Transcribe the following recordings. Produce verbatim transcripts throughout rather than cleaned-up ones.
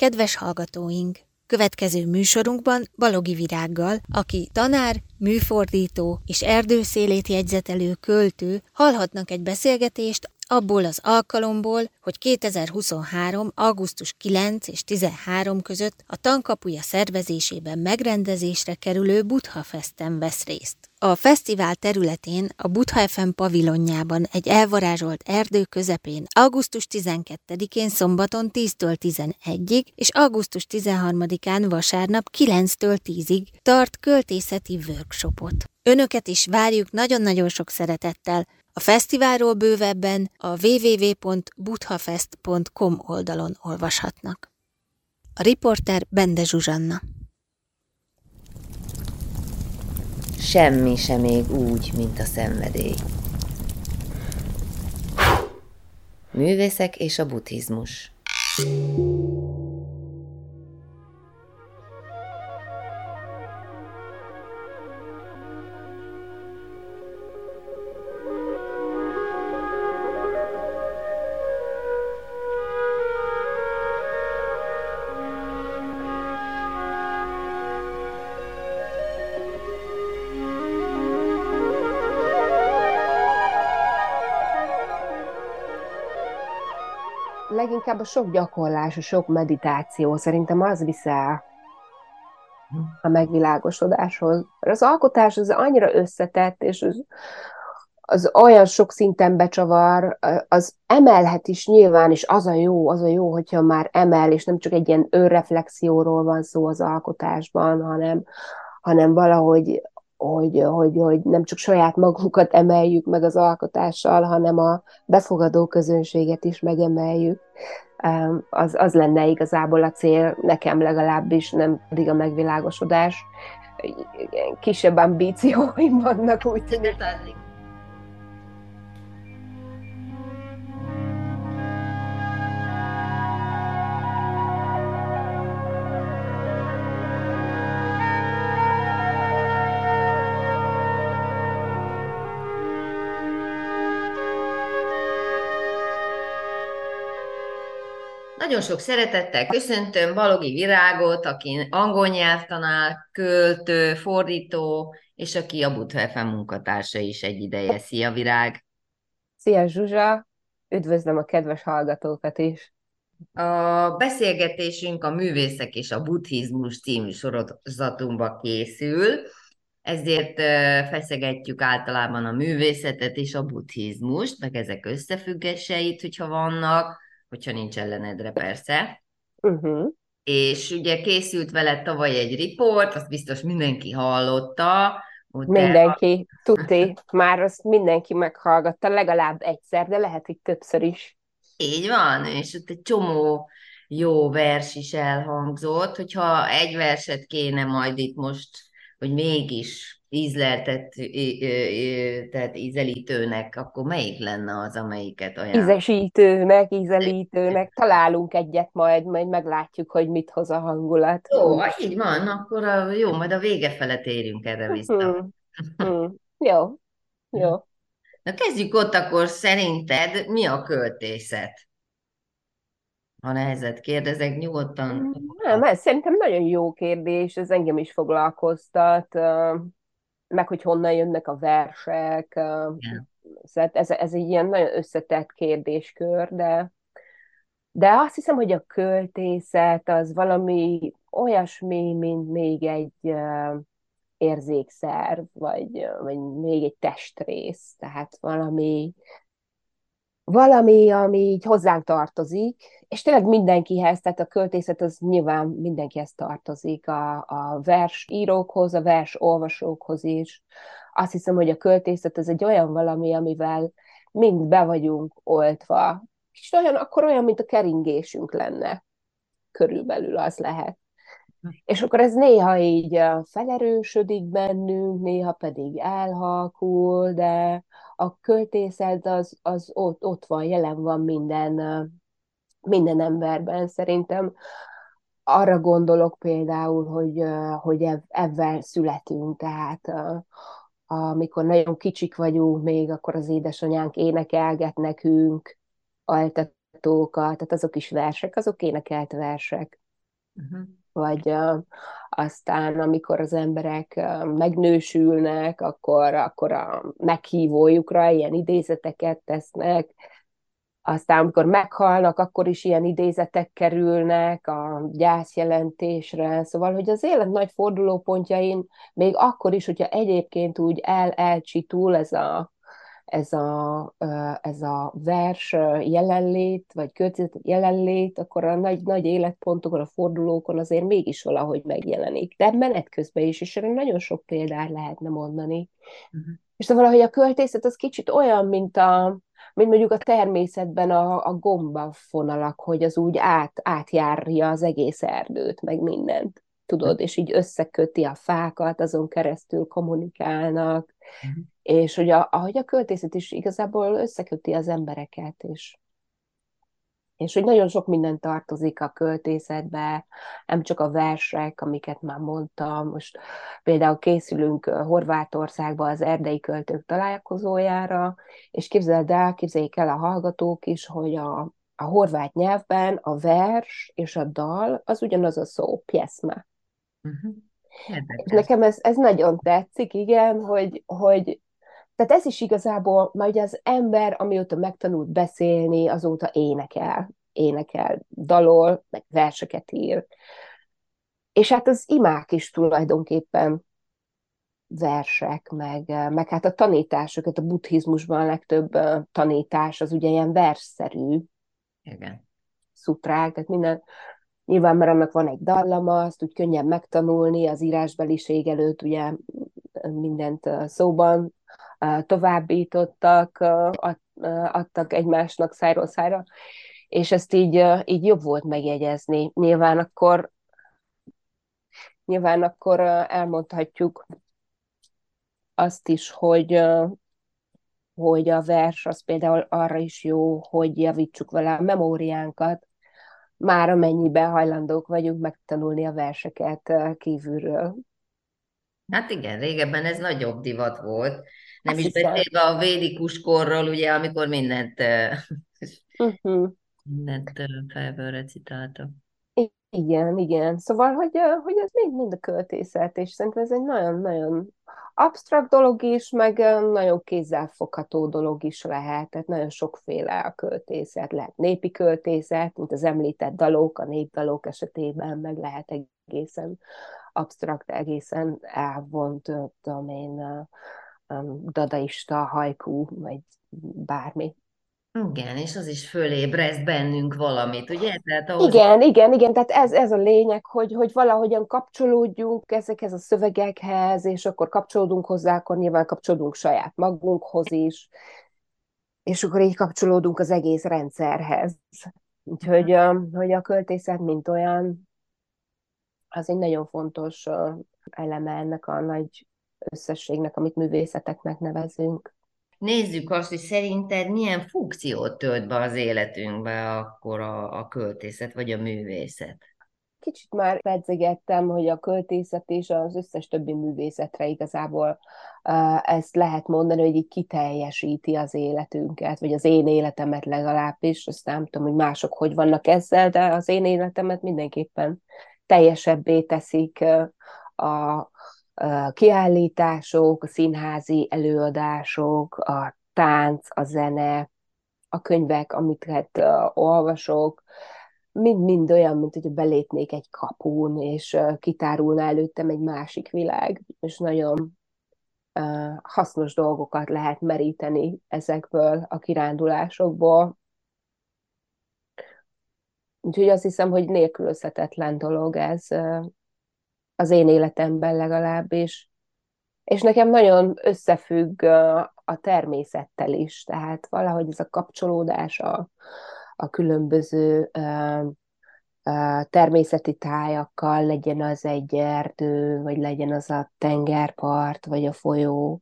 Kedves hallgatóink! Következő műsorunkban Baloghi Virággal, aki tanár, műfordító és erdőszélét jegyzetelő költő, hallhatnak egy beszélgetést abból az alkalomból, hogy kétezer-huszonhárom. augusztus kilencedike és tizenharmadika között a Tankapuja szervezésében megrendezésre kerülő Buddha Festen vesz részt. A fesztivál területén a Buddha ef em pavilonjában egy elvarázsolt erdő közepén augusztus tizenkettedikén szombaton tíztől tizenegyig és augusztus tizenharmadikán vasárnap kilenctől tízig tart költészeti workshopot. Önöket is várjuk nagyon-nagyon sok szeretettel. A fesztiválról bővebben a double-u double-u double-u pont buddhafest pont com oldalon olvashatnak. A riporter Bende Zsuzsanna. Semmi sem még úgy, mint a szenvedély. Művészek és a buddhizmus. Leginkább a sok gyakorlás, a sok meditáció szerintem az visz el a megvilágosodáshoz. Az alkotás az annyira összetett, és az, az olyan sok szinten becsavar, az emelhet is nyilván, és az a jó, az a jó, hogyha már emel, és nem csak egy ilyen önreflexióról van szó az alkotásban, hanem, hanem valahogy Hogy, hogy, hogy nem csak saját magunkat emeljük meg az alkotással, hanem a befogadó közönséget is megemeljük. Az, az lenne igazából a cél, nekem legalábbis, nem pedig a megvilágosodás. Kisebb ambícióim vannak, úgy tűnik. Nagyon sok szeretettel köszöntöm Baloghi Virágot, aki angol nyelvtanár, költő, fordító, és aki a Buddha ef em munkatársa is egy ideje. Szia, Virág! Szia, Zsuzsa! Üdvözlöm a kedves hallgatókat is! A beszélgetésünk a Művészek és a buddhizmus című sorozatunkba készül, ezért feszegetjük általában a művészetet és a buddhizmust, meg ezek összefüggéseit, hogyha vannak, hogyha nincs ellenedre persze. Uh-huh. És ugye készült vele tavaly egy riport, azt biztos mindenki hallotta. Mindenki, te... tuti, már azt mindenki meghallgatta, legalább egyszer, de lehet, hogy többször is. Így van, és ott egy csomó jó vers is elhangzott, hogyha egy verset kéne majd itt most, hogy mégis ízleltet, tehát ízelítőnek, akkor melyik lenne az, amelyiket olyan? Ízesítőnek, ízelítőnek, találunk egyet majd, majd meglátjuk, hogy mit hoz a hangulat. Jó, így van, akkor a, jó, majd a vége fele térjünk erre vissza. Hmm. Hmm. Jó, jó. Na kezdjük ott, akkor szerinted mi a költészet? Ha nehezet kérdezek, nyugodtan. Nem, ez szerintem nagyon jó kérdés, ez engem is foglalkoztat, meg hogy honnan jönnek a versek. Yeah. Ez, ez egy ilyen nagyon összetett kérdéskör, de, de azt hiszem, hogy a költészet az valami olyasmi, mint még egy érzékszerv, vagy, vagy még egy testrész, tehát valami, valami, ami így hozzánk tartozik, és tényleg mindenkihez, tehát a költészet az nyilván mindenkihez tartozik, a, a versírókhoz, a versolvasókhoz is. Azt hiszem, hogy a költészet az egy olyan valami, amivel mind be vagyunk oltva, és olyan, akkor olyan, mint a keringésünk lenne. Körülbelül az lehet. És akkor ez néha így felerősödik bennünk, néha pedig elhalkul, de a költészet az, az ott, ott van, jelen van minden, minden emberben. Szerintem arra gondolok például, hogy, hogy ebben születünk, tehát amikor nagyon kicsik vagyunk még, akkor az édesanyánk énekelget nekünk altatókat, tehát azok is versek, azok énekelt versek. Uh-huh. vagy uh, aztán amikor az emberek uh, megnősülnek, akkor, akkor a meghívójukra ilyen idézeteket tesznek, aztán amikor meghalnak, akkor is ilyen idézetek kerülnek a gyászjelentésre, szóval, hogy az élet nagy fordulópontjain, még akkor is, hogyha egyébként úgy el-elcsitul ez a ez a, ez a vers jelenlét, vagy költözet jelenlét, akkor a nagy, nagy életpontokon, a fordulókon azért mégis valahogy megjelenik. De menet közben is, és erre nagyon sok példát lehetne mondani. Uh-huh. És de valahogy a költészet az kicsit olyan, mint a, mint mondjuk a természetben a, a gombafonalak, hogy az úgy át, átjárja az egész erdőt, meg mindent, tudod, és így összeköti a fákat, azon keresztül kommunikálnak, Uh-huh. és hogy a, ahogy a költészet is igazából összeköti az embereket, és, és hogy nagyon sok minden tartozik a költészetbe, nem csak a versek, amiket már mondtam, most például készülünk Horvátországba az erdei költők találkozójára, és képzeld el, képzeljék el a hallgatók is, hogy a, a horvát nyelvben a vers és a dal az ugyanaz a szó, pjeszme. Uh-huh. És Érdekes. nekem ez, ez nagyon tetszik, igen, hogy, hogy tehát ez is igazából, mert ugye az ember, amióta megtanult beszélni, azóta énekel, énekel, dalol, meg verseket ír. És hát az imák is tulajdonképpen versek, meg, meg hát a tanításokat, a buddhizmusban a legtöbb tanítás az ugye ilyen versszerű Igen. szutrák, tehát minden, nyilván, mert annak van egy dallama, azt úgy könnyebb megtanulni, az írásbeliség előtt ugye mindent szóban továbbítottak, adtak egymásnak szájról szájra, és ezt így, így jobb volt megjegyezni. Nyilván akkor, nyilván akkor elmondhatjuk azt is, hogy, hogy a vers az például arra is jó, hogy javítsuk vele a memóriánkat, már amennyiben hajlandók vagyunk megtanulni a verseket kívülről. Hát igen, régebben ez nagyobb divat volt. Nem Azt is hiszem. beszélve a védikus korról, ugye, amikor mindent, eh, Uh-huh. mindent eh, felből recitáltak. Igen, igen. Szóval, hogy, ö, hogy ez mind, mind a költészet, és szerintem ez egy nagyon-nagyon absztrakt dolog is, meg ö, nagyon kézzelfogható dolog is lehet. Tehát nagyon sokféle a költészet. Lehet népi költészet, mint az említett dalok, a népdalok esetében, meg lehet egészen absztrakt, egészen elvont, ö, tudom én, ö, ö, dadaista, haiku, vagy bármi. Igen, és az is fölébreszt bennünk valamit, ugye? Tehát ahhoz Igen, igen, igen, tehát ez, ez a lényeg, hogy, hogy valahogyan kapcsolódjunk ezekhez a szövegekhez, és akkor kapcsolódunk hozzá, akkor nyilván kapcsolódunk saját magunkhoz is, és akkor így kapcsolódunk az egész rendszerhez. Úgyhogy ö, hogy a költészet, mint olyan, az egy nagyon fontos ö, eleme ennek a nagy összességnek, amit művészeteknek nevezünk. nézzük azt, hogy szerinted milyen funkciót tölt be az életünkbe akkor a, a költészet vagy a művészet. Kicsit már pedzegettem, hogy a költészet és az összes többi művészetre igazából uh, ezt lehet mondani, hogy így kiteljesíti az életünket, vagy az én életemet legalábbis, azt nem tudom, hogy mások hogy vannak ezzel, de az én életemet mindenképpen teljesebbé teszik uh, a, a kiállítások, a színházi előadások, a tánc, a zene, a könyvek, amiket uh, olvasok, mind-mind olyan, mint hogy belépnék egy kapun, és uh, kitárulna előttem egy másik világ, és nagyon uh, hasznos dolgokat lehet meríteni ezekből a kirándulásokból. Úgyhogy azt hiszem, hogy nélkülözhetetlen dolog ez uh, az én életemben legalábbis. És nekem nagyon összefügg uh, a természettel is, tehát valahogy ez a kapcsolódás a, a különböző uh, természeti tájakkal, legyen az egy erdő, vagy legyen az a tengerpart, vagy a folyó,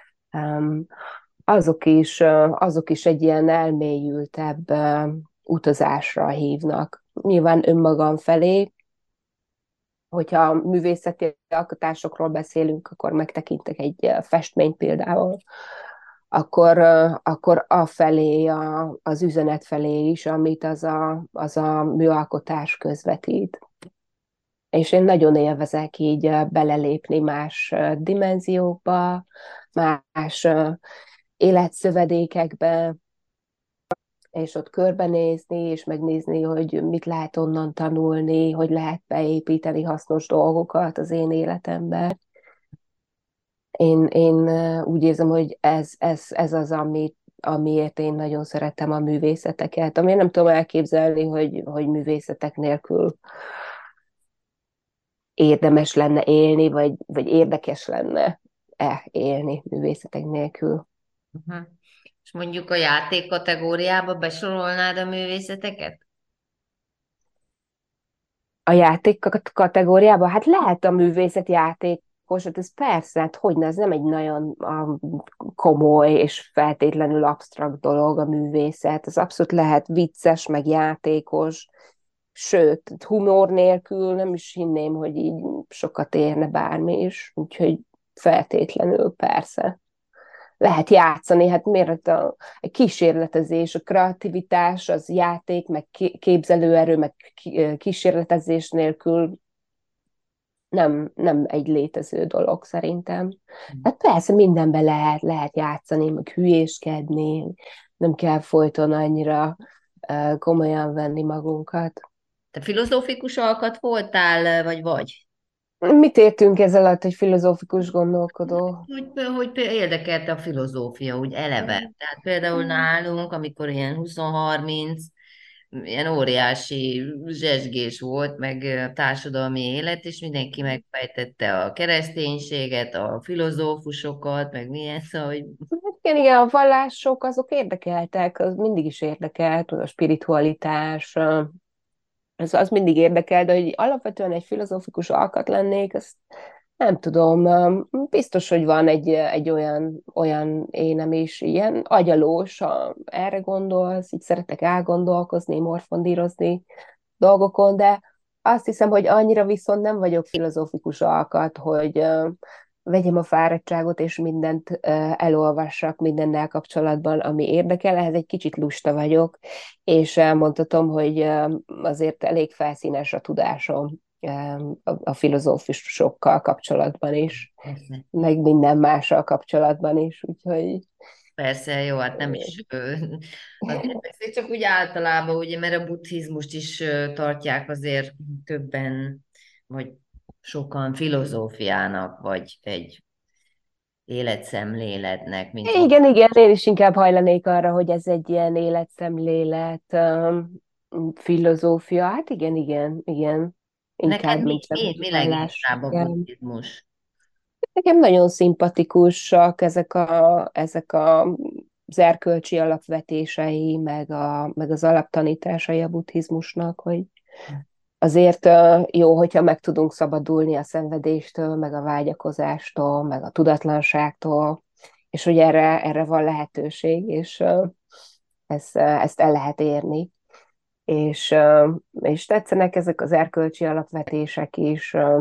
azok is, azok is egy ilyen elmélyültebb utazásra hívnak. Nyilván önmagam felé, hogyha művészeti alkotásokról beszélünk, akkor megtekintek egy festményt például, akkor, akkor a felé, a, az üzenet felé is, amit az a, az a műalkotás közvetít. és én nagyon élvezek így belelépni más dimenziókba, más életszövedékekbe, és ott körbenézni, és megnézni, hogy mit lehet onnan tanulni, hogy lehet beépíteni hasznos dolgokat az én életembe. Én, én úgy érzem, hogy ez, ez, ez az, amit, amiért én nagyon szeretem a művészeteket, ami nem tudom elképzelni, hogy, hogy művészetek nélkül érdemes lenne élni, vagy, vagy érdekes lenne-e élni művészetek nélkül. Uh-huh. És mondjuk a játék kategóriába besorolnád a művészeteket? A játék kategóriában, hát lehet a művészet játékos, hát ez persze, hát hogyne, ez nem egy nagyon a, komoly és feltétlenül absztrakt dolog a művészet, ez abszolút lehet vicces, meg játékos, sőt, humor nélkül nem is hinném, hogy így sokat érne bármi is, úgyhogy feltétlenül persze. Lehet játszani, hát miért a, a kísérletezés, a kreativitás, az játék, meg képzelőerő, meg kísérletezés nélkül nem, nem egy létező dolog szerintem. Hát persze mindenben lehet, lehet játszani, meg hülyéskedni, nem kell folyton annyira uh, komolyan venni magunkat. Te filozófikus alkat voltál, vagy vagy? Mit értünk ez alatt, hogy filozófikus gondolkodó? Hogy, hogy például érdekelte a filozófia, úgy eleve. Tehát például nálunk, amikor ilyen húsz-harminc, ilyen óriási zsesgés volt, meg társadalmi élet, és mindenki megfejtette a kereszténységet, a filozófusokat, meg milyen, szóval, hogy Hát igen, igen, a vallások azok érdekeltek, az mindig is érdekelt, a spiritualitás, az, az mindig érdekel, de hogy alapvetően egy filozófikus alkat lennék, azt nem tudom, biztos, hogy van egy, egy olyan, olyan énem is, ilyen agyalós, ha erre gondolsz, így szeretek elgondolkozni, morfondírozni dolgokon, de azt hiszem, hogy annyira viszont nem vagyok filozófikus alkat, hogy uh, vegyem a fáradtságot, és mindent uh, elolvassak mindennel kapcsolatban, ami érdekel, ehhez egy kicsit lusta vagyok, és elmondhatom, hogy uh, azért elég felszínes a tudásom um, a, a filozófusokkal kapcsolatban is, persze, meg minden mással kapcsolatban is, úgyhogy persze, jó, hát nem is ö, azért beszél, csak úgy általában, ugye, mert a buddhizmust is ö, tartják azért többen, vagy sokan filozófiának, vagy egy életszemléletnek, mint van. igen, igen, én is inkább hajlanék arra, hogy ez egy ilyen életszemlélet, um, filozófia. Hát igen, igen, igen. Neked Inkább, mi, mint sem mi, egy mi vallás. leginkább a Igen. buddhizmus? Nekem nagyon szimpatikusak ezek a, ezek a, az erkölcsi alapvetései, meg, a, meg az alaptanításai a buddhizmusnak, hogy azért uh, jó, hogyha meg tudunk szabadulni a szenvedéstől, meg a vágyakozástól, meg a tudatlanságtól, és hogy erre, erre van lehetőség, és uh, ezt, uh, ezt el lehet érni. És, uh, és tetszenek ezek az erkölcsi alapvetések is, uh,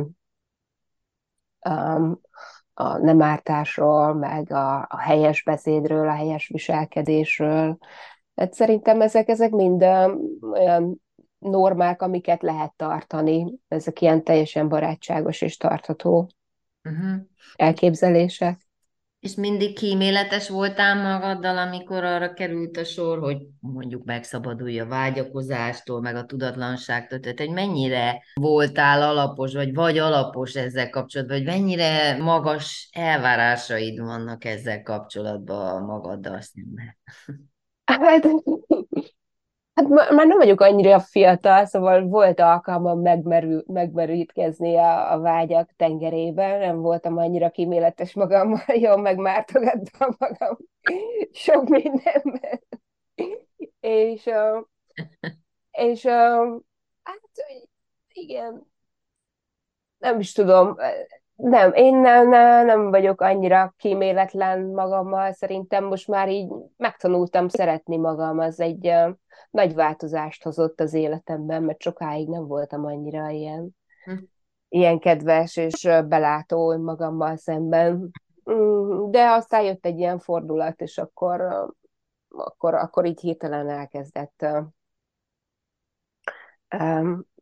um, a nem ártásról, meg a, a helyes beszédről, a helyes viselkedésről. Hát szerintem ezek, ezek mind um, olyan normák, amiket lehet tartani. Ezek ilyen teljesen barátságos és tartható Uh-huh. elképzelések. És mindig kíméletes voltál magaddal, amikor arra került a sor, hogy mondjuk megszabadulj a vágyakozástól, meg a tudatlanságtól, tehát hogy mennyire voltál alapos, vagy vagy alapos ezzel kapcsolatban, vagy mennyire magas elvárásaid vannak ezzel kapcsolatban magaddal szemben. Hát, hát ma- már nem vagyok annyira fiatal, szóval volt alkalmam megmerül, megmerítkezni a, a vágyak tengerében, nem voltam annyira kíméletes magammal, jól megmártogattam magam sok mindenben. És, uh, és uh, hát igen, nem is tudom, nem, én nem, nem, nem vagyok annyira kíméletlen magammal, szerintem most már így megtanultam szeretni magam, az egy uh, nagy változást hozott az életemben, mert sokáig nem voltam annyira ilyen, Hm. ilyen kedves és uh, belátó magammal szemben. Mm, De aztán jött egy ilyen fordulat, és akkor, uh, akkor, akkor így hirtelen elkezdett uh, um,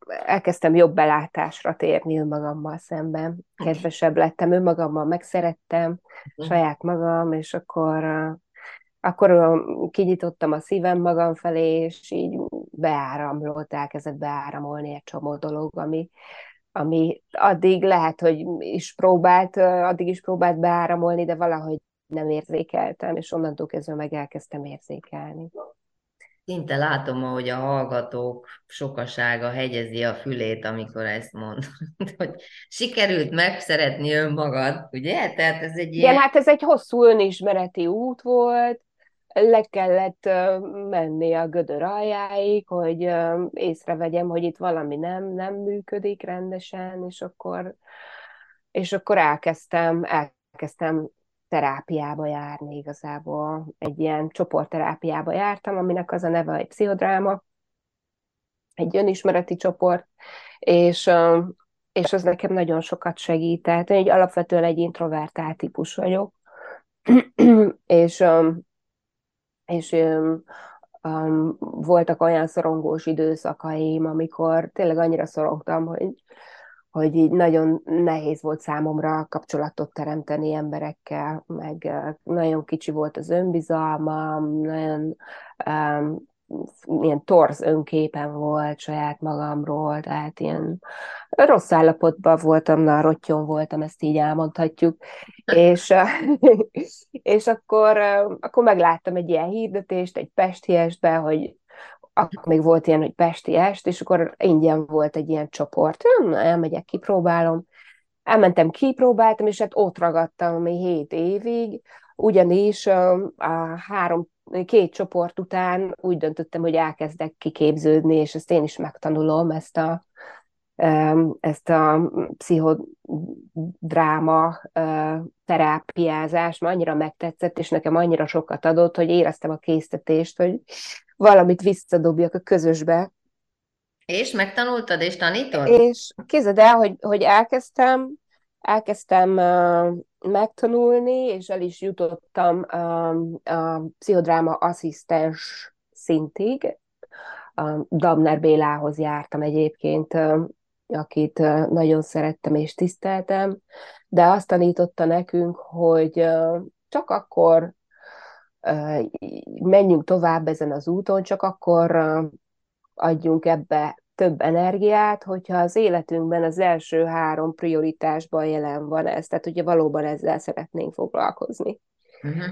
elkezdtem jobb belátásra térni önmagammal szemben. Kedvesebb lettem önmagammal, megszerettem saját magam, és akkor, akkor kinyitottam a szívem magam felé, és így beáramlott, elkezdett beáramolni egy csomó dolog, ami, ami addig lehet, hogy is próbált, addig is próbált beáramolni, de valahogy nem érzékeltem, és onnantól kezdve meg elkezdtem érzékelni. Szinte látom, ahogy a hallgatók sokasága hegyezi a fülét, amikor ezt mond, hogy sikerült megszeretni önmagad, ugye? Tehát ez egy Igen, ilyen... hát ez egy hosszú önismereti út volt, le kellett menni a gödör aljáig, hogy észrevegyem, hogy itt valami nem, nem működik rendesen, és akkor, és akkor elkezdtem, elkezdtem terápiába járni igazából. Egy ilyen csoportterápiába jártam, aminek az a neve egy pszichodráma, egy önismereti csoport, és, és az nekem nagyon sokat segített. Én egy alapvetően egy introvertált típus vagyok, és, és um, voltak olyan szorongós időszakaim, amikor tényleg annyira szorongtam, hogy, hogy így nagyon nehéz volt számomra kapcsolatot teremteni emberekkel, meg uh, nagyon kicsi volt az önbizalmam, nagyon um, ilyen torz önképen volt saját magamról, tehát ilyen rossz állapotban voltam, na, rottyom voltam, ezt így elmondhatjuk, és, és akkor, akkor megláttam egy ilyen hirdetést, egy pesti estbe, hogy akkor még volt ilyen, hogy pesti est, és akkor ingyen volt egy ilyen csoport. Na, elmegyek, kipróbálom. Elmentem, kipróbáltam, és hát ott ragadtam ami hét évig, ugyanis a három, két csoport után úgy döntöttem, hogy elkezdek kiképződni, és ezt én is megtanulom, ezt a, ezt a pszichodráma terápiázást, mert annyira megtetszett, és nekem annyira sokat adott, hogy éreztem a késztetést, hogy valamit visszadobjak a közösbe. És megtanultad, és tanítod? És képzeld el, hogy, hogy elkezdtem, elkezdtem uh, megtanulni, és el is jutottam uh, a pszichodráma asszisztens szintig. Uh, Dabner Bélához jártam egyébként, uh, akit uh, nagyon szerettem és tiszteltem, de azt tanította nekünk, hogy uh, csak akkor uh, menjünk tovább ezen az úton, csak akkor uh, adjunk ebbe több energiát, hogyha az életünkben az első három prioritásban jelen van ez, tehát ugye valóban ezzel szeretnénk foglalkozni. Uh-huh.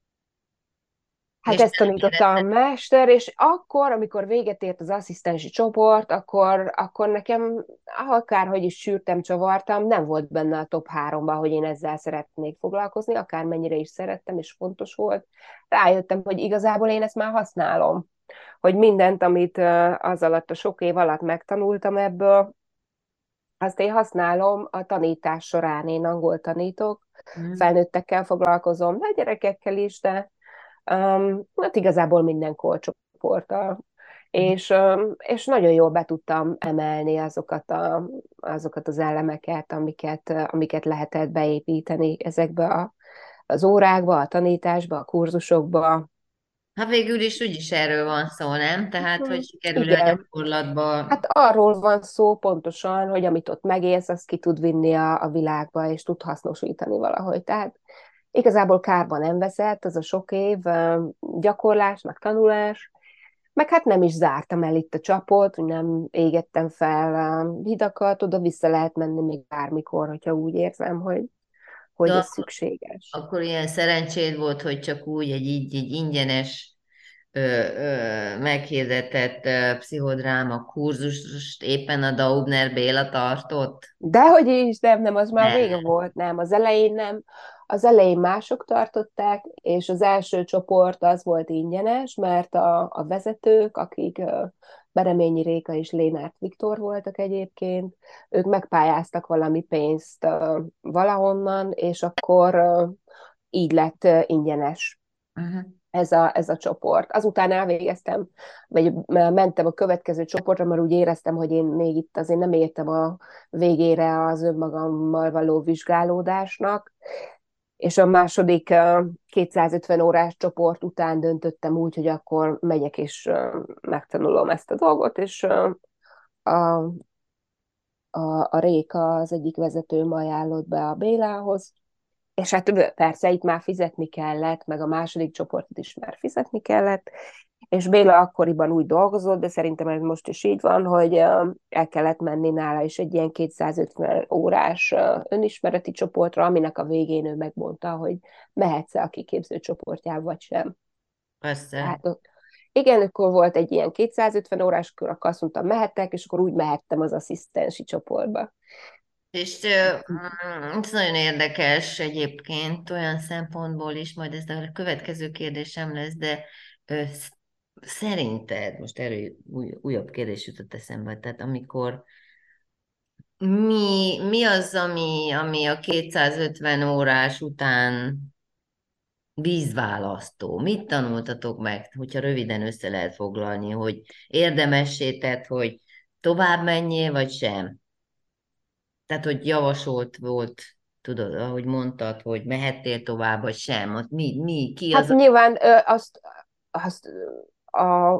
Hát és ezt tanította a mester, és akkor, amikor véget ért az asszisztensi csoport, akkor, akkor nekem akárhogy is sűrtem, csavartam, nem volt benne a top háromban, hogy én ezzel szeretnék foglalkozni, akármennyire is szerettem, és fontos volt. Rájöttem, hogy igazából én ezt már használom, hogy mindent, amit az alatt, a sok év alatt megtanultam ebből, azt én használom a tanítás során. Én angol tanítok, mm. felnőttekkel foglalkozom, de gyerekekkel is, de um, hát igazából minden korcsoporttal. Mm. És, um, és nagyon jól be tudtam emelni azokat, a, azokat az elemeket, amiket, amiket lehetett beépíteni ezekbe a, az órákba, a tanításba, a kurzusokba. Hát végül is úgyis erről van szó, nem? Tehát, hogy sikerül a Igen. gyakorlatba... Hát arról van szó pontosan, hogy amit ott megélsz, azt ki tud vinni a, a világba, és tud hasznosítani valahogy. Tehát igazából kárba nem veszett az a sok év gyakorlás, meg tanulás, meg hát nem is zártam el itt a csapot, nem égettem fel hidakat, oda vissza lehet menni még bármikor, hogyha úgy érzem, hogy, hogy De ez szükséges. akkor ilyen szerencséd volt, hogy csak úgy egy, így, így ingyenes ö, ö, meghirdetett ö, pszichodráma kurzust éppen a Daubner Béla tartott? Dehogy is, nem, nem, az már Nem. vége volt, nem, az elején nem. Az elején mások tartották, és az első csoport az volt ingyenes, mert a, a vezetők, akik uh, Bereményi Réka és Lénárt Viktor voltak egyébként, ők megpályáztak valami pénzt uh, valahonnan, és akkor uh, így lett uh, ingyenes. Uh-huh. Ez a, ez a csoport. Azután elvégeztem, vagy mentem a következő csoportra, mert úgy éreztem, hogy én még itt azért nem értem a végére az önmagammal való vizsgálódásnak, és a második kétszázötven órás csoport után döntöttem úgy, hogy akkor megyek és megtanulom ezt a dolgot, és a a, a Réka, az egyik vezetőm ajánlott be a Bélához, és hát persze itt már fizetni kellett, meg a második csoportot is már fizetni kellett, és Béla akkoriban úgy dolgozott, de szerintem ez most is így van, hogy el kellett menni nála is egy ilyen kétszázötven órás önismereti csoportra, aminek a végén ő megmondta, hogy mehetsz-e a kiképző csoportjába, vagy sem. Persze. Tehát igen, akkor volt egy ilyen kétszázötven órás kör, akkor azt mondtam, mehetek, és akkor úgy mehettem az asszisztensi csoportba. És ö, mm, ez nagyon érdekes egyébként olyan szempontból is, majd ez a következő kérdésem lesz, de ö, sz- szerinted, most erről új, újabb kérdés jutott eszembe, tehát amikor mi, mi az, ami, ami a kétszázötven órás után vízválasztó? Mit tanultatok meg, hogyha röviden össze lehet foglalni, hogy érdemessé tett, hogy tovább menjél, vagy sem? Tehát, hogy javasolt volt, tudod, ahogy mondtad, hogy mehettél tovább, vagy sem. Ott mi, mi, ki Hát az, a... nyilván ö, azt, azt a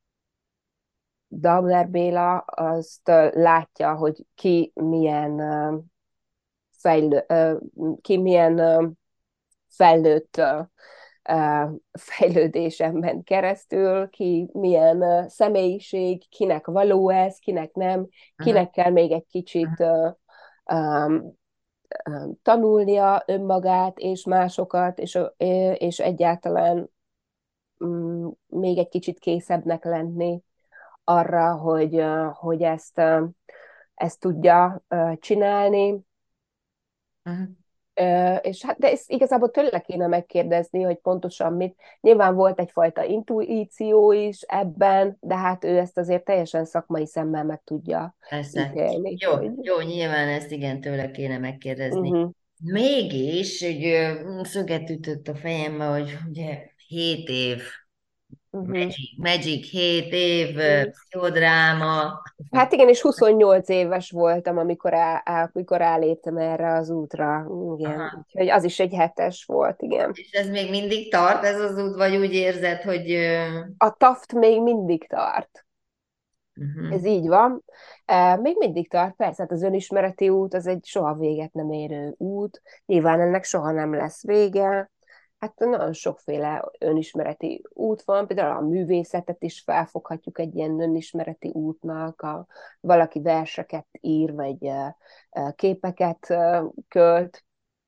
Dabler Béla azt ö, látja, hogy ki milyen ö, fejlő, ö, ki milyen ö, fejlőtt ö, ö, fejlődésen ment keresztül, ki milyen ö, személyiség, kinek való ez, kinek nem, Uh-huh, kinek kell még egy kicsit ö, ö, ö, tanulnia önmagát és másokat, és, ö, és egyáltalán mm, még egy kicsit készebbnek lenni arra, hogy, ö, hogy ezt, ö, ezt tudja ö, csinálni. uh-huh, Ö, És hát, de ezt igazából tőle kéne megkérdezni, hogy pontosan mit. Nyilván volt egyfajta intuíció is ebben, de hát ő ezt azért teljesen szakmai szemmel meg tudja persze. ítélni, Jó, hogy jó, nyilván ezt igen tőle kéne megkérdezni. uh-huh, Mégis, hogy ö, szöget ütött a fejembe, hogy ugye hét év, uh-huh. Magic, Magic hét év, ö, pszichodráma. Hát igen, és huszonnyolc éves voltam, amikor, á, á, amikor álléptem erre az útra. Igen, Aha. úgyhogy az is egy hetes volt, igen. És ez még mindig tart, ez az út, vagy úgy érzed, hogy... ö, A taft még mindig tart. Ez uh-huh, így van. E, Még mindig tart, persze, hát az önismereti út az egy soha véget nem érő út. Nyilván ennek soha nem lesz vége. Hát nagyon sokféle önismereti út van, például a művészetet is felfoghatjuk egy ilyen önismereti útnak, a, valaki verseket ír, vagy e, e, képeket e, költ,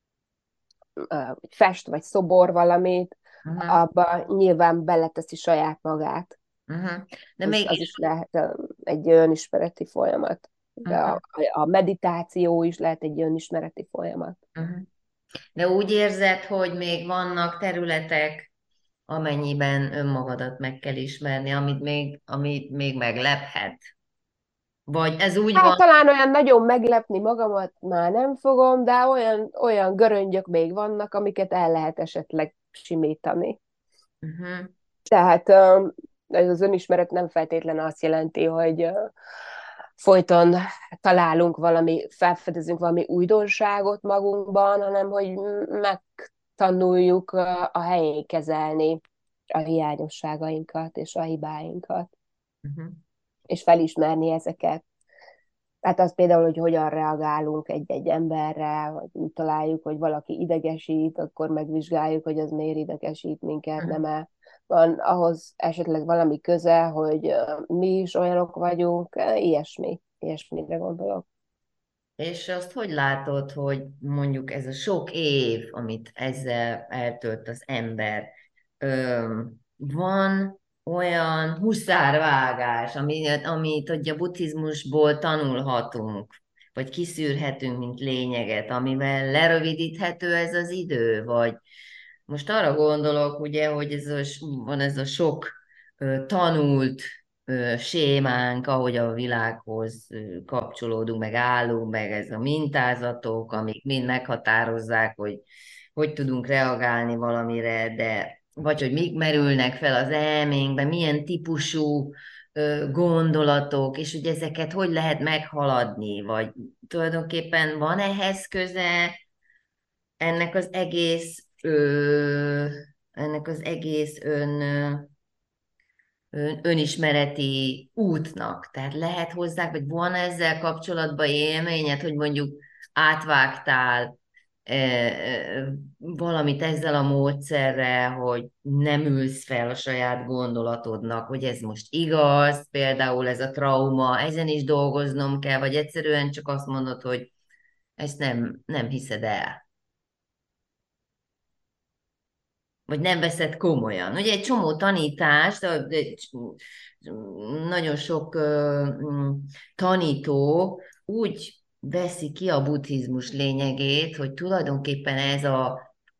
e, vagy fest, vagy szobor valamit, uh-huh, abba nyilván beleteszi saját magát. uh-huh. De Az, az mégis... is lehet ö, egy önismereti folyamat. De Uh-huh, a, a meditáció is lehet egy önismereti folyamat. uh-huh. De úgy érzed, hogy még vannak területek, amennyiben önmagadat meg kell ismerni, amit még, amit még meglephet? Vagy ez úgy van? Hát talán olyan nagyon meglepni magamat már nem fogom, de olyan, olyan göröngyök még vannak, amiket el lehet esetleg simítani. Uh-huh, Tehát ö, ez az önismeret nem feltétlenül azt jelenti, hogy ö, folyton találunk valami, felfedezünk valami újdonságot magunkban, hanem hogy megtanuljuk ö, a helyén kezelni a hiányosságainkat és a hibáinkat, uh-huh, és felismerni ezeket. Hát az például, hogy hogyan reagálunk egy-egy emberre, vagy úgy találjuk, hogy valaki idegesít, akkor megvizsgáljuk, hogy az miért idegesít minket, uh-huh. nem-e van ahhoz esetleg valami köze, hogy ö, mi is olyanok vagyunk, eh, ilyesmi, ilyesmire gondolok. És azt hogy látod, hogy mondjuk ez a sok év, amit ezzel eltölt az ember, öm, van olyan huszárvágás, amit, amit hogy a buddhizmusból tanulhatunk, vagy kiszűrhetünk, mint lényeget, amivel lerövidíthető ez az idő, vagy most arra gondolok, ugye, hogy ez a, van ez a sok ö, tanult ö, sémánk, ahogy a világhoz ö, kapcsolódunk, meg állunk, meg ez a mintázatok, amik mind meghatározzák, hogy hogy tudunk reagálni valamire, de vagy hogy mik merülnek fel az elménkben, milyen típusú ö, gondolatok, és hogy ezeket hogy lehet meghaladni, vagy tulajdonképpen van ehhez köze ennek az egész, ö, ennek az egész ön ö, ön, önismereti útnak. Tehát lehet hozzá, vagy van ezzel kapcsolatban élményed, hogy mondjuk átvágtál e, e, valamit ezzel a módszerrel, hogy nem ülsz fel a saját gondolatodnak, hogy ez most igaz, például ez a trauma, ezen is dolgoznom kell, vagy egyszerűen csak azt mondod, hogy ezt nem, nem hiszed el. Vagy nem veszed komolyan. Ugye egy csomó tanítást, de- de- nagyon sok ö, mm, tanító úgy veszi ki a buddhizmus lényegét, hogy tulajdonképpen ez a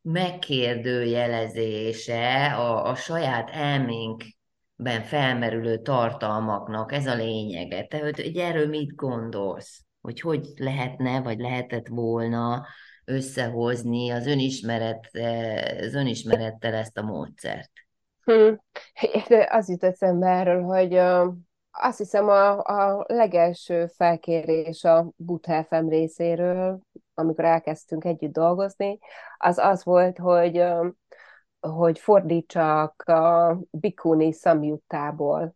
megkérdőjelezése a, a saját elménkben felmerülő tartalmaknak, ez a lényege. Te hogy hogy erről mit gondolsz? Hogy hogy lehetne, vagy lehetett volna összehozni az önismeret, eh, az önismerettel ezt a módszert. Hm. De az jut eszembe erről, hogy ö, azt hiszem a, a legelső felkérés a Buddha ef em részéről, amikor elkezdtünk együtt dolgozni, az az volt, hogy, ö, hogy fordítsak a Bikuni Samyuttából.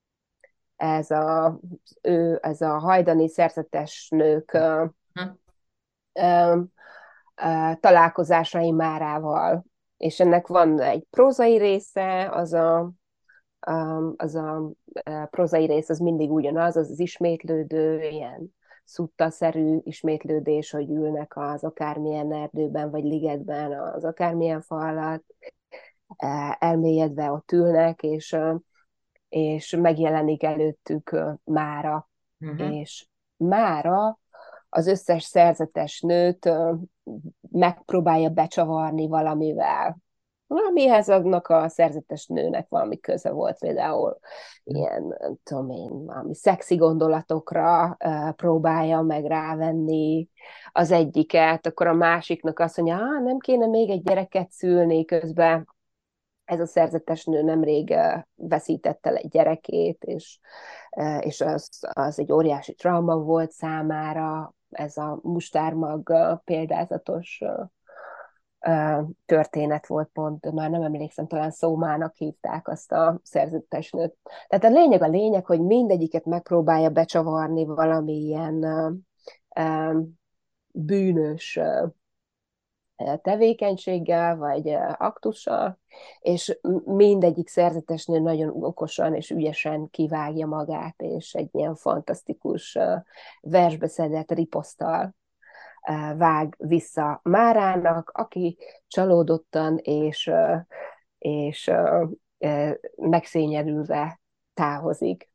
Ez a, ő, ez a hajdani szerzetes nők ö, Hm? ö, ö, találkozásai Márával. És ennek van egy prózai része, az a um, az a uh, prozai rész az mindig ugyanaz, az az ismétlődő, ilyen szutta-szerű ismétlődés, hogy ülnek az akármilyen erdőben vagy ligetben, az akármilyen fa alatt, uh, elmélyedve ott ülnek, és, uh, és megjelenik előttük uh, Mára. Uh-huh. És Mára az összes szerzetes nőt uh, megpróbálja becsavarni valamivel, amihez annak a szerzetes nőnek valami köze volt, például ilyen, nem tudom én, valami szexi gondolatokra uh, próbálja meg rávenni az egyiket, akkor a másiknak azt mondja, ah, nem kéne még egy gyereket szülni, közben ez a szerzetes nő nemrég uh, veszítette el egy gyerekét, és, uh, és az, az egy óriási trauma volt számára, ez a mustármag uh, példázatos uh, történet volt pont, már nem emlékszem, talán Szómának hívták azt a szerzetesnőt. Tehát a lényeg a lényeg, hogy mindegyiket megpróbálja becsavarni valamilyen uh, um, bűnös uh, tevékenységgel, vagy uh, aktussal, és mindegyik szerzetesnő nagyon okosan és ügyesen kivágja magát, és egy ilyen fantasztikus uh, versbeszedett riposzttal vág vissza Márának, aki csalódottan és, és megszényelülve távozik.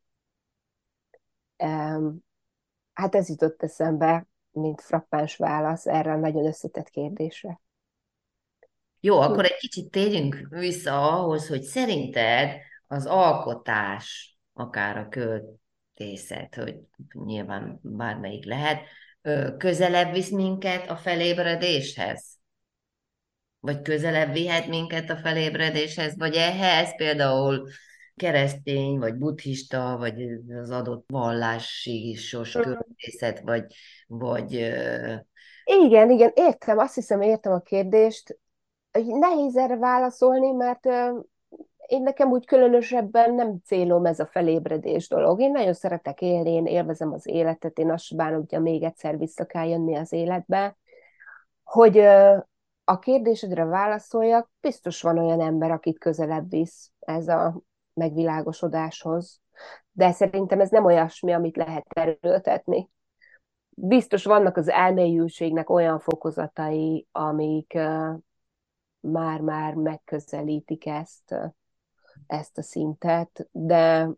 Hát ez jutott eszembe, mint frappáns válasz erre a nagyon összetett kérdésre. Jó, akkor egy kicsit térjünk vissza ahhoz, hogy szerinted az alkotás, akár a költészet, hogy nyilván bármelyik lehet, ö, közelebb visz minket a felébredéshez? Vagy közelebb vihet minket a felébredéshez? Vagy ehhez például keresztény, vagy buddhista, vagy az adott vallási sos költészet, vagy, vagy ö, Igen, igen, értem, azt hiszem, értem a kérdést. Nehéz erre válaszolni, mert én nekem úgy különösebben nem célom ez a felébredés dolog. Én nagyon szeretek élni, én élvezem az életet, én azt bánom, hogyha még egyszer vissza kell jönni az életbe. Hogy a kérdésedre válaszoljak, biztos van olyan ember, akit közelebb visz ez a megvilágosodáshoz, de szerintem ez nem olyasmi, amit lehet erőltetni. Biztos vannak az elmélyültségnek olyan fokozatai, amik már-már megközelítik ezt, ezt a szintet, de,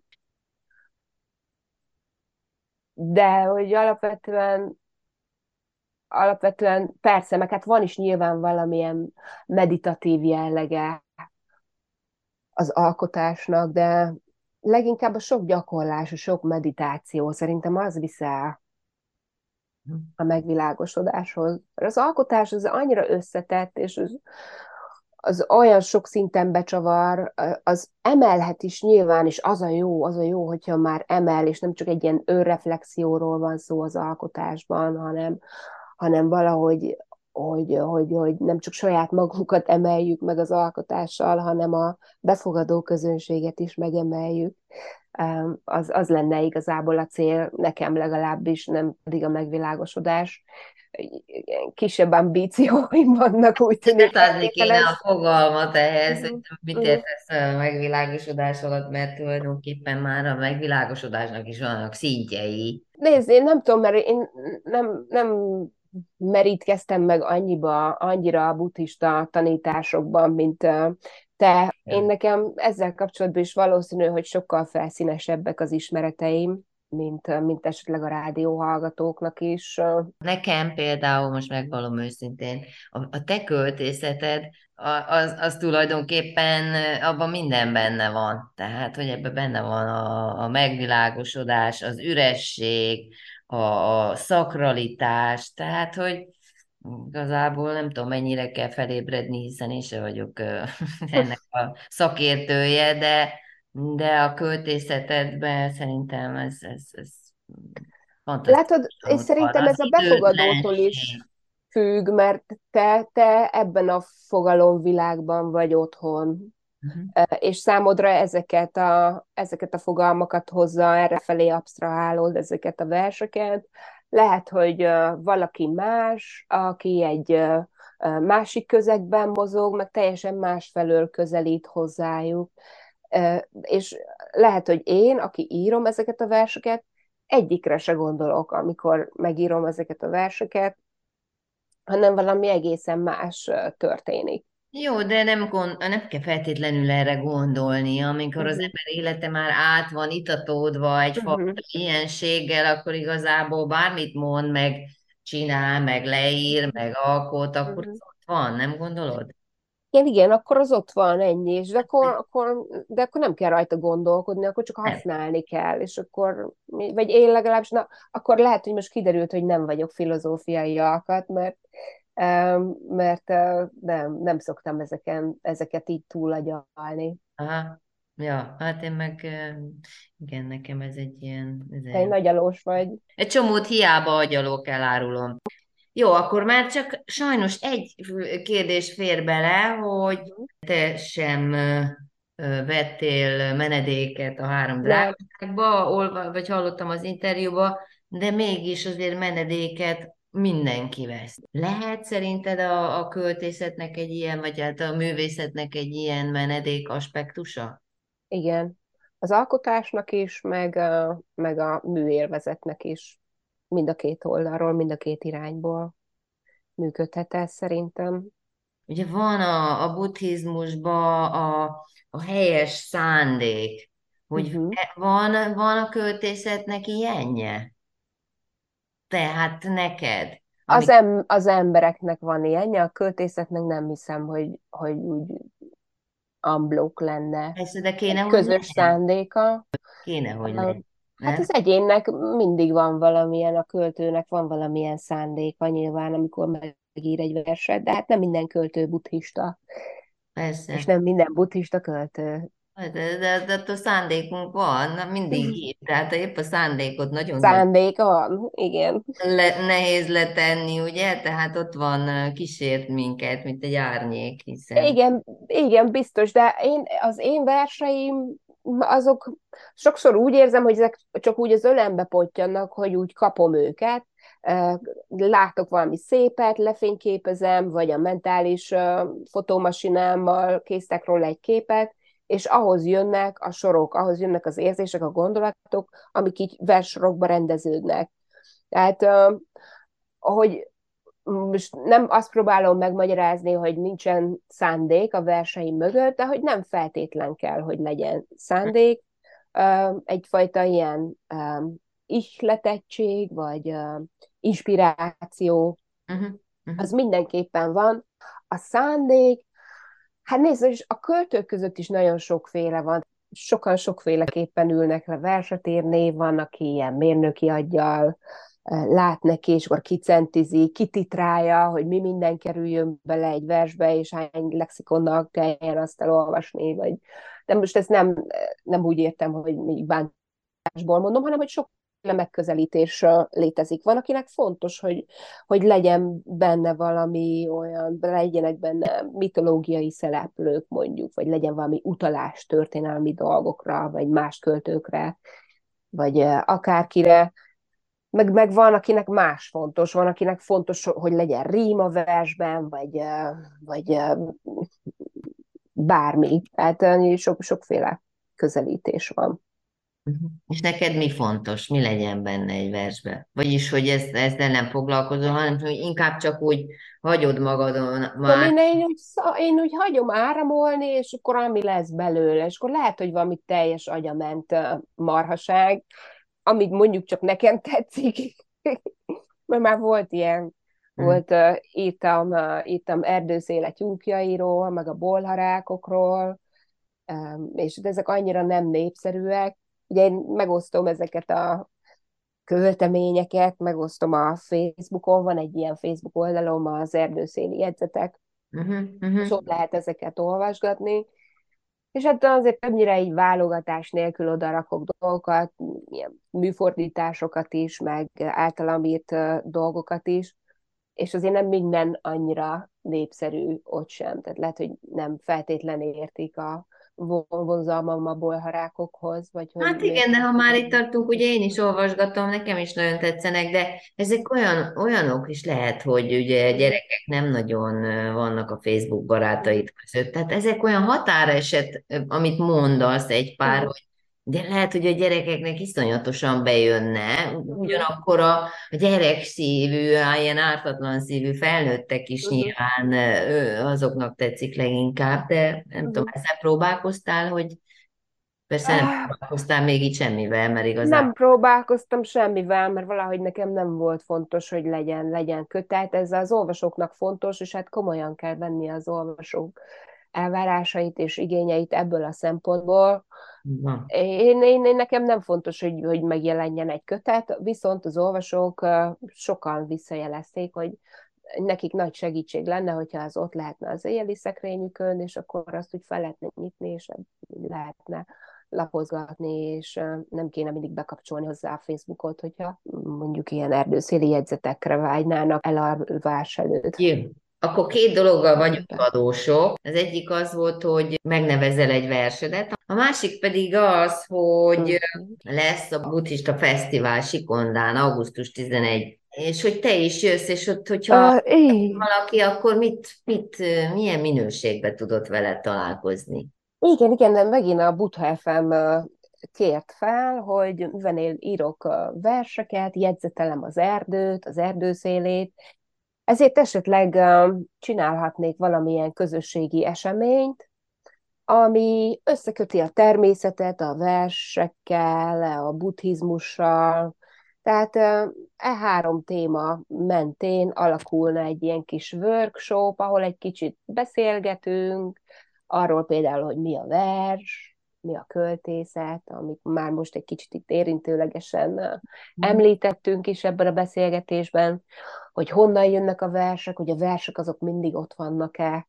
de hogy alapvetően, alapvetően persze, meg hát van is nyilván valamilyen meditatív jellege az alkotásnak, de leginkább a sok gyakorlás, a sok meditáció szerintem az viszel a megvilágosodáshoz. Az alkotás az annyira összetett, és az, az olyan sok szinten becsavar, az emelhet is nyilván, és az a jó, az a jó, hogyha már emel, és nem csak egy ilyen önreflexióról van szó az alkotásban, hanem, hanem valahogy hogy, hogy, hogy nem csak saját magunkat emeljük meg az alkotással, hanem a befogadó közönséget is megemeljük. Az, az lenne igazából a cél, nekem legalábbis, nem pedig a megvilágosodás. Kisebb ambícióim vannak, úgy tűnik. Adni kéne a fogalmat ehhez, hogy Uh-huh. mit Uh-huh. értesz a megvilágosodás alatt, mert tulajdonképpen már a megvilágosodásnak is vannak szintjei. Nézd, én nem tudom, mert én nem, nem merítkeztem meg annyiba, annyira a buddhista tanításokban, mint ö, te. Én nekem ezzel kapcsolatban is valószínű, hogy sokkal felszínesebbek az ismereteim, mint, ö, mint esetleg a rádióhallgatóknak is. Ö. Nekem például, most megvalom őszintén, a, a te költészeted, a- az, az tulajdonképpen abban minden benne van. Tehát, hogy ebben benne van a, a megvilágosodás, az üresség, a, a szakralitás, tehát, hogy igazából nem tudom, mennyire kell felébredni, hiszen én sem vagyok ö, ennek a szakértője, de, de a költészetedben szerintem ez, ez, ez Látod, és fantasztikusan ott van. szerintem Az ez a befogadótól is időtlenség. függ, mert te, te ebben a fogalomvilágban vagy otthon, Mhm. és számodra ezeket a, ezeket a fogalmakat hozza, errefelé absztrahálod ezeket a verseket. Lehet, hogy ö, valaki más, aki egy ö, ö, másik közegben mozog, meg teljesen másfelől közelít hozzájuk. Ö, És lehet, hogy én, aki írom ezeket a verseket, egyikre se gondolok, amikor megírom ezeket a verseket, hanem valami egészen más ö, történik. Jó, de nem, gond, nem kell feltétlenül erre gondolni. Amikor az Uh-huh. ember élete már át van itatódva egyfajta Uh-huh. ilyenséggel, akkor igazából bármit mond, meg csinál, meg leír, meg alkot, akkor Uh-huh. az ott van, nem gondolod? Igen, igen, akkor az ott van, ennyi, és de akkor, akkor, de akkor nem kell rajta gondolkodni, akkor csak Nem. használni kell, és akkor, vagy én legalábbis, na, akkor lehet, hogy most kiderült, hogy nem vagyok filozófiai alkat, mert, em, mert eh, nem, nem szoktam ezeken, ezeket így túlagyalni. Aha. Ja, hát én meg, eh, igen, nekem ez egy ilyen, ez Te egy egy, nagy alós vagy. egy csomót hiába agyalok, elárulom. Jó, akkor már csak sajnos egy kérdés fér bele, hogy Mhm. te sem ö, ö, vettél menedéket a három Nem. drágákba, olva, vagy hallottam az interjúba, de mégis azért menedéket mindenki vesz. Lehet szerinted a, a költészetnek egy ilyen, vagy hát a művészetnek egy ilyen menedék aspektusa? Igen. Az alkotásnak is, meg, a- meg a műélvezetnek is. Mind a két oldalról, mind a két irányból működhet ez szerintem. Ugye van a, a buddhizmusban a, a helyes szándék, hogy Uh-huh. van, van a költészetnek ilyenje? Tehát neked, Az, amik em, az embereknek van ilyenje, a költészetnek nem hiszem, hogy, hogy úgy unblock lenne persze, de kéne, egy hogy közös legyen. szándéka. Kéne, hogy Uh, legyen. Hát Nem? az egyénnek mindig van valamilyen, a költőnek van valamilyen szándéka nyilván, amikor megír egy verset, de hát nem minden költő buddhista, és Persze. nem minden buddhista költő. De, de, de, de a szándékunk van, na, mindig így. Tehát épp a szándékot nagyon nehéz, Szándéka van, igen. le, nehéz letenni, ugye? Tehát ott van, kísért minket, mint egy árnyék, hiszen. Igen, igen, biztos, de én, az én verseim, azok sokszor úgy érzem, hogy ezek csak úgy az ölembe pottyannak, hogy úgy kapom őket, látok valami szépet, lefényképezem, vagy a mentális fotómasinámmal készítek róla egy képet, és ahhoz jönnek a sorok, ahhoz jönnek az érzések, a gondolatok, amik így verssorokba rendeződnek. Tehát, hogy most nem azt próbálom megmagyarázni, hogy nincsen szándék a verseim mögött, de hogy nem feltétlen kell, hogy legyen szándék. Egyfajta ilyen ihletettség, vagy inspiráció, Uh-huh, uh-huh. az mindenképpen van. A szándék, hát nézd, és a költők között is nagyon sokféle van. Sokan sokféleképpen ülnek le verset írni, van, aki ilyen mérnöki aggyal lát neki, és akkor kicentizi, kititrálja, hogy mi minden kerüljön bele egy versbe, és hány lexikonnak kelljen azt elolvasni, vagy de most ezt nem, nem úgy értem, hogy bántásból mondom, hanem hogy sok megközelítés létezik. Van, akinek fontos, hogy, hogy legyen benne valami olyan, legyenek benne mitológiai szereplők mondjuk, vagy legyen valami utalás történelmi dolgokra, vagy más költőkre, vagy akárkire. Meg, meg van, akinek más fontos, van, akinek fontos, hogy legyen rím a versben, vagy, vagy bármi. Tehát sok, sokféle közelítés van. Uh-huh. És neked mi fontos? Mi legyen benne egy versben? Vagyis, hogy ez, ezzel nem foglalkozol, hanem hogy inkább csak úgy hagyod magadon Tudom, már. én, én, úgy, szá- én úgy hagyom áramolni, és akkor ami lesz belőle, és akkor lehet, hogy valami teljes agyament ö, marhaság, amíg mondjuk csak nekem tetszik, mert már volt ilyen, Mm. volt, uh, írtam, uh, írtam erdőszéle tyúkjairól, meg a bolharákokról, um, és ezek annyira nem népszerűek. Ugye én megosztom ezeket a költeményeket, megosztom a Facebookon, van egy ilyen Facebook oldalom, az erdőszéli jegyzetek, Uh-huh, és uh-huh. ott lehet ezeket olvasgatni, és hát azért többnyire így válogatás nélkül oda rakok dolgokat, ilyen műfordításokat is, meg általam írt ö, dolgokat is, és azért nem minden annyira népszerű ott sem, tehát lehet, hogy nem feltétlenül értik a vonzalmam a bolharákokhoz, vagy hogy Hát miért igen, de ha már itt tartom. tartunk, ugye én is olvasgatom, nekem is nagyon tetszenek, de ezek olyan, olyanok is lehet, hogy ugye Mhm, gyerekek nem nagyon ö, vannak a Facebook mhm, barátaid között. Tehát ezek olyan határeset, ö, amit mondasz egy pár, mhm, hogy de lehet, hogy a gyerekeknek iszonyatosan bejönne, mhm, ugyanakkor a, a gyerek szívű, á, ilyen ártatlan szívű felnőttek is mhm, nyilván ö, azoknak tetszik leginkább, de nem tudom, mhm. ezzel próbálkoztál, hogy persze nem Ah, próbálkoztál még itt semmivel, mert nem igazából. próbálkoztam semmivel, mert valahogy nekem nem volt fontos, hogy legyen, legyen kötet. Ez az olvasóknak fontos, és hát komolyan kell venni az olvasók elvárásait és igényeit ebből a szempontból. Van. Én, én, én nekem nem fontos, hogy, hogy megjelenjen egy kötet, viszont az olvasók ö, sokan visszajelezték, hogy nekik nagy segítség lenne, hogyha az ott lehetne az éjjeli szekrényükön, és akkor azt úgy fel lehetne nyitni, és lehetne lapozgatni, és ö, nem kéne mindig bekapcsolni hozzá a Facebookot, hogyha mondjuk ilyen erdőszéli jegyzetekre vágynának elalvás előtt. Jó. Akkor két dologgal vagyunk Ebben. adósok. Az egyik az volt, hogy megnevezel egy versedet, a másik pedig az, hogy Mhm. lesz a buddhista fesztivál Sikondán, augusztus tizenegy, és hogy te is jössz, és ott, hogyha Uh, így. valaki, akkor mit, mit, milyen minőségben tudod vele találkozni? Igen, igen, de megint a Butha ef em ö, kért fel, hogy mivel én írok ö, verseket, jegyzetelem az erdőt, az erdőszélét, ezért esetleg ö, csinálhatnék valamilyen közösségi eseményt, ami összeköti a természetet a versekkel, a buddhizmussal. Tehát ö, e három téma mentén alakulna egy ilyen kis workshop, ahol egy kicsit beszélgetünk, arról például, hogy mi a vers, mi a költészet, amit már most egy kicsit itt érintőlegesen ö, említettünk is ebben a beszélgetésben, hogy honnan jönnek a versek, hogy a versek azok mindig ott vannak-e,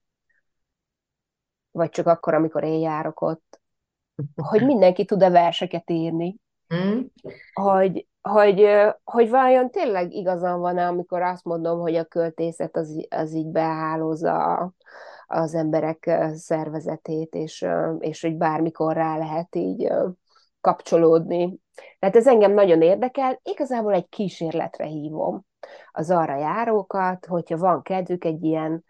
vagy csak akkor, amikor én járok ott, hogy mindenki tud-e verseket írni, Hm? hogy, hogy, hogy vajon tényleg igazam van-e, amikor azt mondom, hogy a költészet az, az így behálózza az emberek szervezetét, és, és hogy bármikor rá lehet így kapcsolódni. Tehát ez engem nagyon érdekel, igazából egy kísérletre hívom az arra járókat, hogyha van kedvük egy ilyen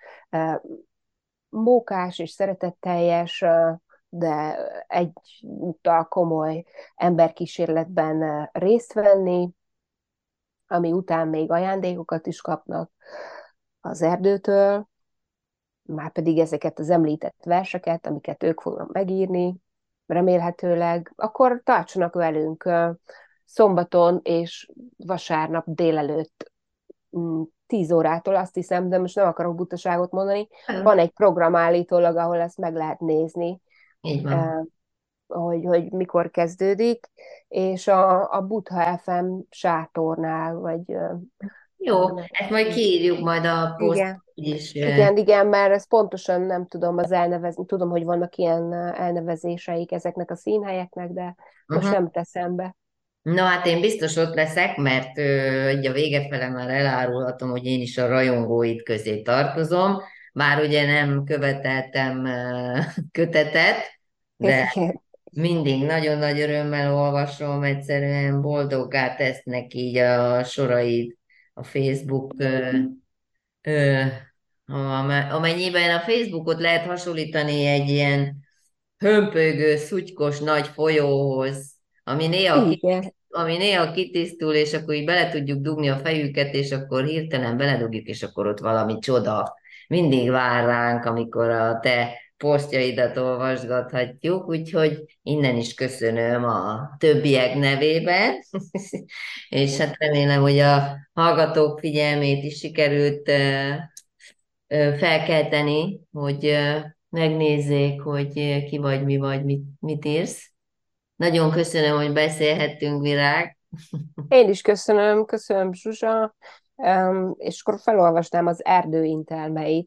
mókás és szeretetteljes, de egyúttal komoly emberkísérletben részt venni, ami után még ajándékokat is kapnak az erdőtől, már pedig ezeket az említett verseket, amiket ők fognak megírni, remélhetőleg, akkor tartsanak velünk szombaton és vasárnap délelőtt mm, tíz órától, azt hiszem, de most nem akarok butaságot mondani, van egy program állítólag, ahol ezt meg lehet nézni, Így van. eh, hogy, hogy mikor kezdődik, és a, a Butha ef em sátornál, vagy eh, Jó, nem ezt majd tudom. kiírjuk majd a poszt, Igen. úgyis. Igen, igen, mert ezt pontosan nem tudom az elnevezni. Tudom, hogy vannak ilyen eh, elnevezéseik ezeknek a színhelyeknek, de most Uh-huh. nem teszem be. Na hát én biztos ott leszek, mert ö, így a vége fele már elárulhatom, hogy én is a rajongóid közé tartozom, bár ugye nem követeltem ö, kötetet, de Igen. mindig nagyon nagy örömmel olvasom, egyszerűen boldoggá tesznek így a soraid a Facebook, ö, ö, ame- amennyiben a Facebookot lehet hasonlítani egy ilyen hömpögő, szutykos nagy folyóhoz, ami néha, ki, Igen. ami néha kitisztul, és akkor így bele tudjuk dugni a fejüket, és akkor hirtelen beledugjuk, és akkor ott valami csoda mindig vár ránk, amikor a te posztjaidat olvasgathatjuk, úgyhogy innen is köszönöm a többiek nevében, és hát remélem, hogy a hallgatók figyelmét is sikerült eh, ö, felkelteni, hogy ö, megnézzék, hogy ö, ki vagy, mi vagy, mit, mit írsz. Nagyon köszönöm, hogy beszélhettünk, Virág. Én is köszönöm, köszönöm Zsuzsa, Em, és akkor felolvasnám az erdő intelmeit.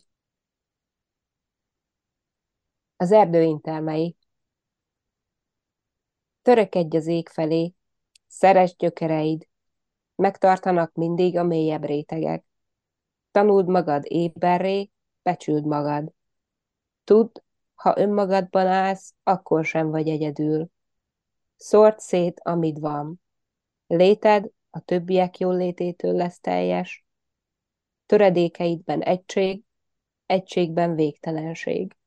Az erdő intelmei. Törekedj az ég felé, szeresd gyökereid, megtartanak mindig a mélyebb rétegek. Tanuld magad éberré, becsüld magad. Tudd, ha önmagadban állsz, akkor sem vagy egyedül. Szórd szét, amit van. Léted a többiek jólététől lesz teljes. Töredékeidben egység, egységben végtelenség.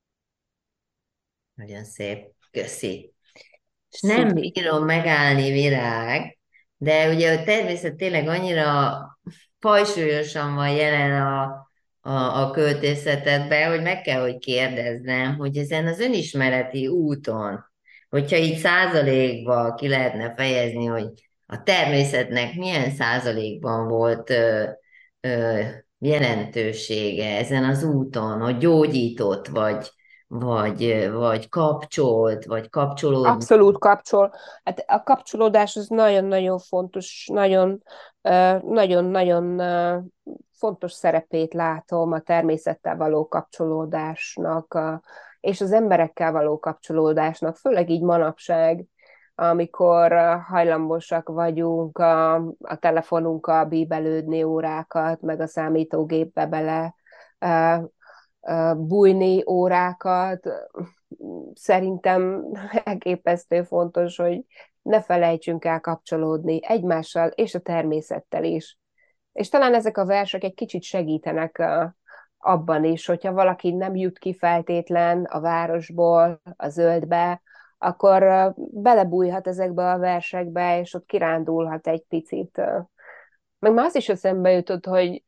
Nagyon szép, köszi. És nem Szupi. bírom megállni, Virág, de ugye a természet tényleg annyira fajsúlyosan van jelen a, a, a költészetedben, hogy meg kell, hogy kérdeznem, hogy ezen az önismereti úton, hogyha így százalékban ki lehetne fejezni, hogy a természetnek milyen százalékban volt ö, ö, jelentősége ezen az úton, hogy gyógyított, vagy, vagy, vagy kapcsolt, vagy kapcsolódni. Abszolút kapcsol. Hát a kapcsolódás az nagyon-nagyon fontos, nagyon, ö, nagyon-nagyon ö, fontos szerepét látom a természettel való kapcsolódásnak, a, és az emberekkel való kapcsolódásnak, főleg így manapság, amikor ö, hajlamosak vagyunk a, a telefonunkkal bíbelődni órákat, meg a számítógépbe bele ö, ö, bújni órákat. Szerintem elképesztő fontos, hogy ne felejtsünk el kapcsolódni egymással és a természettel is. És talán ezek a versek egy kicsit segítenek uh, abban is, hogyha valaki nem jut ki feltétlen a városból, a zöldbe, akkor uh, belebújhat ezekbe a versekbe, és ott kirándulhat egy picit. Uh. Meg már az is eszembe jutott, hogy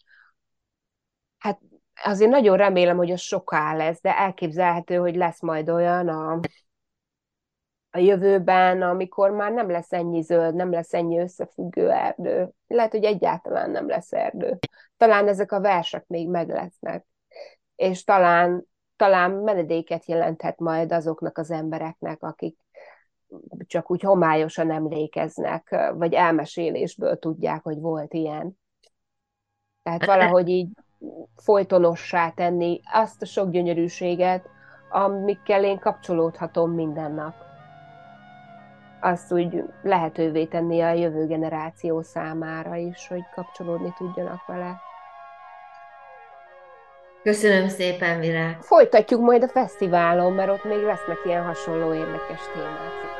hát azért nagyon remélem, hogy az soká lesz, de elképzelhető, hogy lesz majd olyan a a jövőben, amikor már nem lesz ennyi zöld, nem lesz ennyi összefüggő erdő. Lehet, hogy egyáltalán nem lesz erdő. Talán ezek a versek még meg lesznek, és talán, talán menedéket jelenthet majd azoknak az embereknek, akik csak úgy homályosan emlékeznek, vagy elmesélésből tudják, hogy volt ilyen. Tehát valahogy így folytonossá tenni azt a sok gyönyörűséget, amikkel én kapcsolódhatom minden nap, azt úgy lehetővé tenni a jövő generáció számára is, hogy kapcsolódni tudjanak vele. Köszönöm szépen, Virág! Folytatjuk majd a fesztiválon, mert ott még lesznek ilyen hasonló érdekes témák.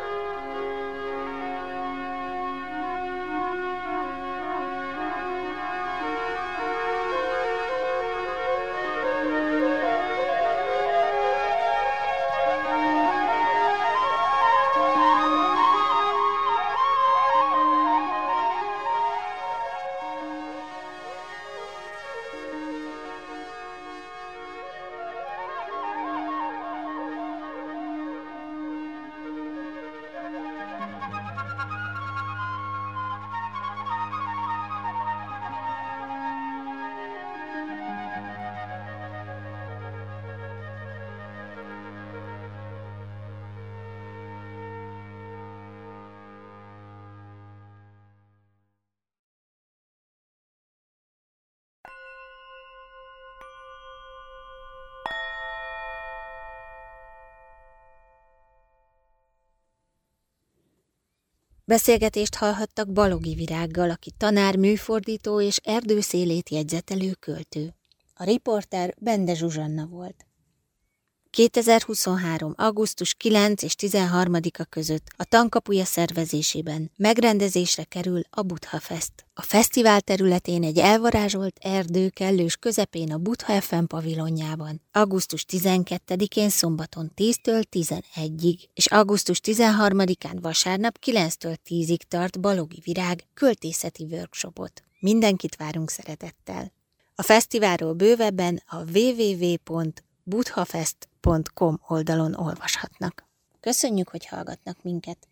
Beszélgetést hallhattak Baloghi Virággal, aki tanár, műfordító és erdőszélét jegyzetelő költő. A riporter Bende Zsuzsanna volt. kétezer-huszonhárom. augusztus kilencedike és tizenharmadika között a Tankapuja szervezésében megrendezésre kerül a Buddha Fest. A fesztivál területén egy elvarázsolt erdő kellős közepén a Buddha ef em pavilonjában. augusztus tizenkettedikén szombaton tíztől tizenegyig, és augusztus tizenharmadikán vasárnap kilenctől tízig tart Baloghi Virág költészeti workshopot. Mindenkit várunk szeretettel. A fesztiválról bővebben a double-u double-u double-u pont buddhafest pont com oldalon olvashatnak. Köszönjük, hogy hallgatnak minket!